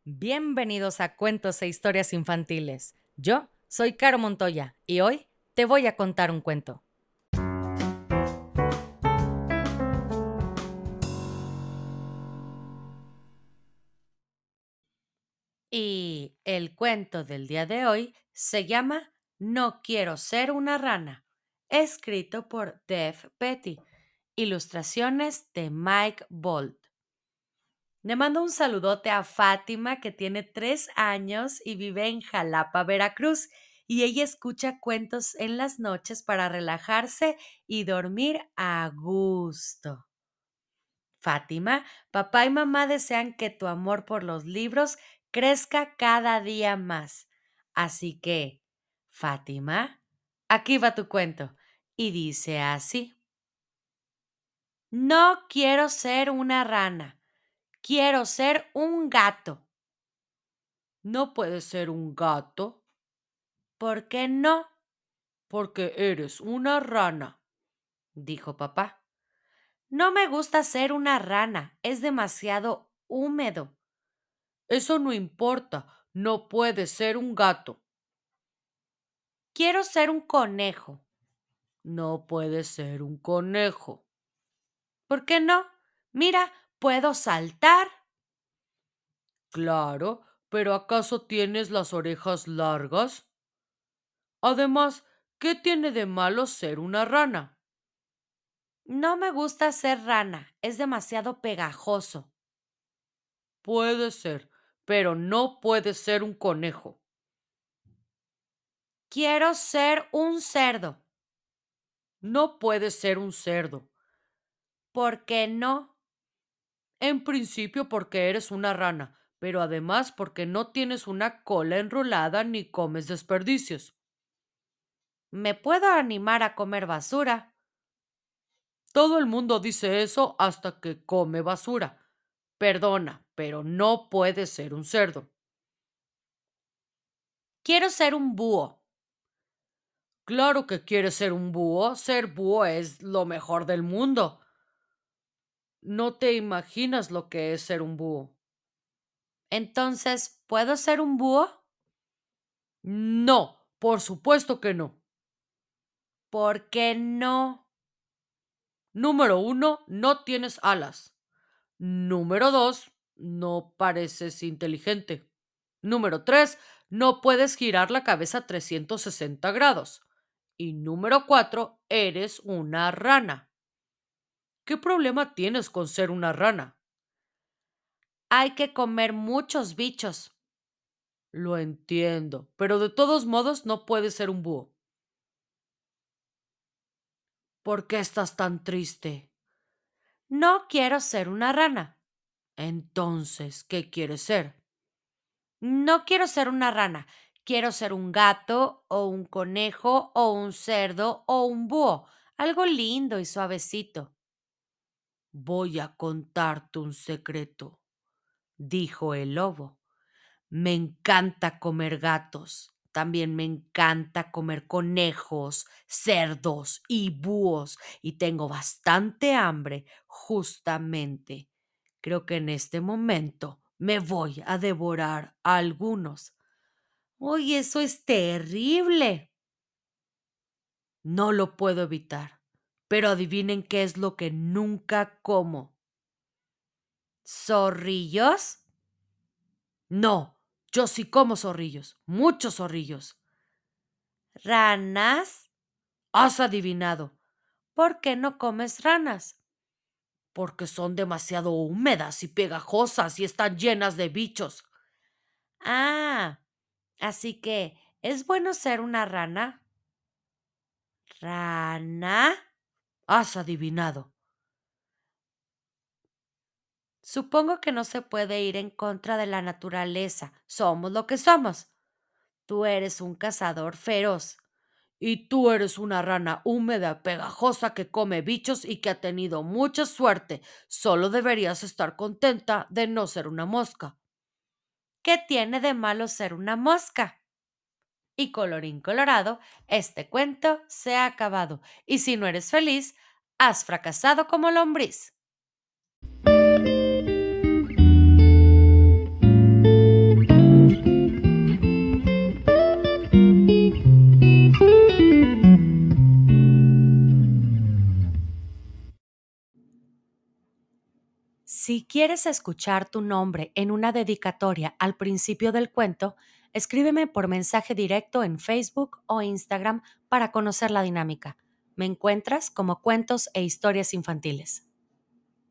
Bienvenidos a Cuentos e Historias Infantiles. Yo soy Caro Montoya y hoy te voy a contar un cuento. Y el cuento del día de hoy se llama No quiero ser una rana, escrito por Dave Petty, ilustraciones de Mike Bolt. Le mando un saludote a Fátima, que tiene 3 años y vive en Jalapa, Veracruz, y ella escucha cuentos en las noches para relajarse y dormir a gusto. Fátima, papá y mamá desean que tu amor por los libros crezca cada día más. Así que, Fátima, aquí va tu cuento. Y dice así: No quiero ser una rana, quiero ser un gato. No puedes ser un gato. ¿Por qué no? Porque eres una rana, dijo papá. No me gusta ser una rana, es demasiado húmedo. Eso no importa, no puedes ser un gato. Quiero ser un conejo. No puedes ser un conejo. ¿Por qué no? Mira, puedo saltar. Claro, pero ¿acaso tienes las orejas largas? Además, ¿qué tiene de malo ser una rana? No me gusta ser rana, es demasiado pegajoso. Puede ser, pero no puede ser un conejo. Quiero ser un cerdo. No puede ser un cerdo. ¿Por qué no? En principio porque eres una rana, pero además porque no tienes una cola enrolada ni comes desperdicios. Me puedo animar a comer basura. Todo el mundo dice eso hasta que come basura. Perdona, pero no puede ser un cerdo. Quiero ser un búho. Claro que quieres ser un búho. Ser búho es lo mejor del mundo. No te imaginas lo que es ser un búho. Entonces, ¿puedo ser un búho? No, por supuesto que no. ¿Por qué no? Número uno, no tienes alas. Número dos, no pareces inteligente. Número tres, no puedes girar la cabeza 360 grados. Y número cuatro, eres una rana. ¿Qué problema tienes con ser una rana? Hay que comer muchos bichos. Lo entiendo, pero de todos modos no puedes ser un búho. ¿Por qué estás tan triste? No quiero ser una rana. Entonces, ¿qué quieres ser? No quiero ser una rana. Quiero ser un gato o un conejo o un cerdo o un búho. Algo lindo y suavecito. Voy a contarte un secreto, dijo el lobo. Me encanta comer gatos. También me encanta comer conejos, cerdos y búhos. Y tengo bastante hambre, justamente. Creo que en este momento me voy a devorar a algunos. ¡Uy, eso es terrible! No lo puedo evitar. Pero adivinen qué es lo que nunca como. ¿Zorrillos? No, yo sí como zorrillos, muchos zorrillos. ¿Ranas? Has adivinado. ¿Por qué no comes ranas? Porque son demasiado húmedas y pegajosas y están llenas de bichos. Ah, así que ¿es bueno ser una rana? ¿Rana? Has adivinado. Supongo que no se puede ir en contra de la naturaleza. Somos lo que somos. Tú eres un cazador feroz. Y tú eres una rana húmeda, pegajosa que come bichos y que ha tenido mucha suerte. Solo deberías estar contenta de no ser una mosca. ¿Qué tiene de malo ser una mosca? Y colorín colorado, este cuento se ha acabado. Y si no eres feliz, has fracasado como lombriz. Si quieres escuchar tu nombre en una dedicatoria al principio del cuento, escríbeme por mensaje directo en Facebook o Instagram para conocer la dinámica. Me encuentras como Cuentos e Historias Infantiles.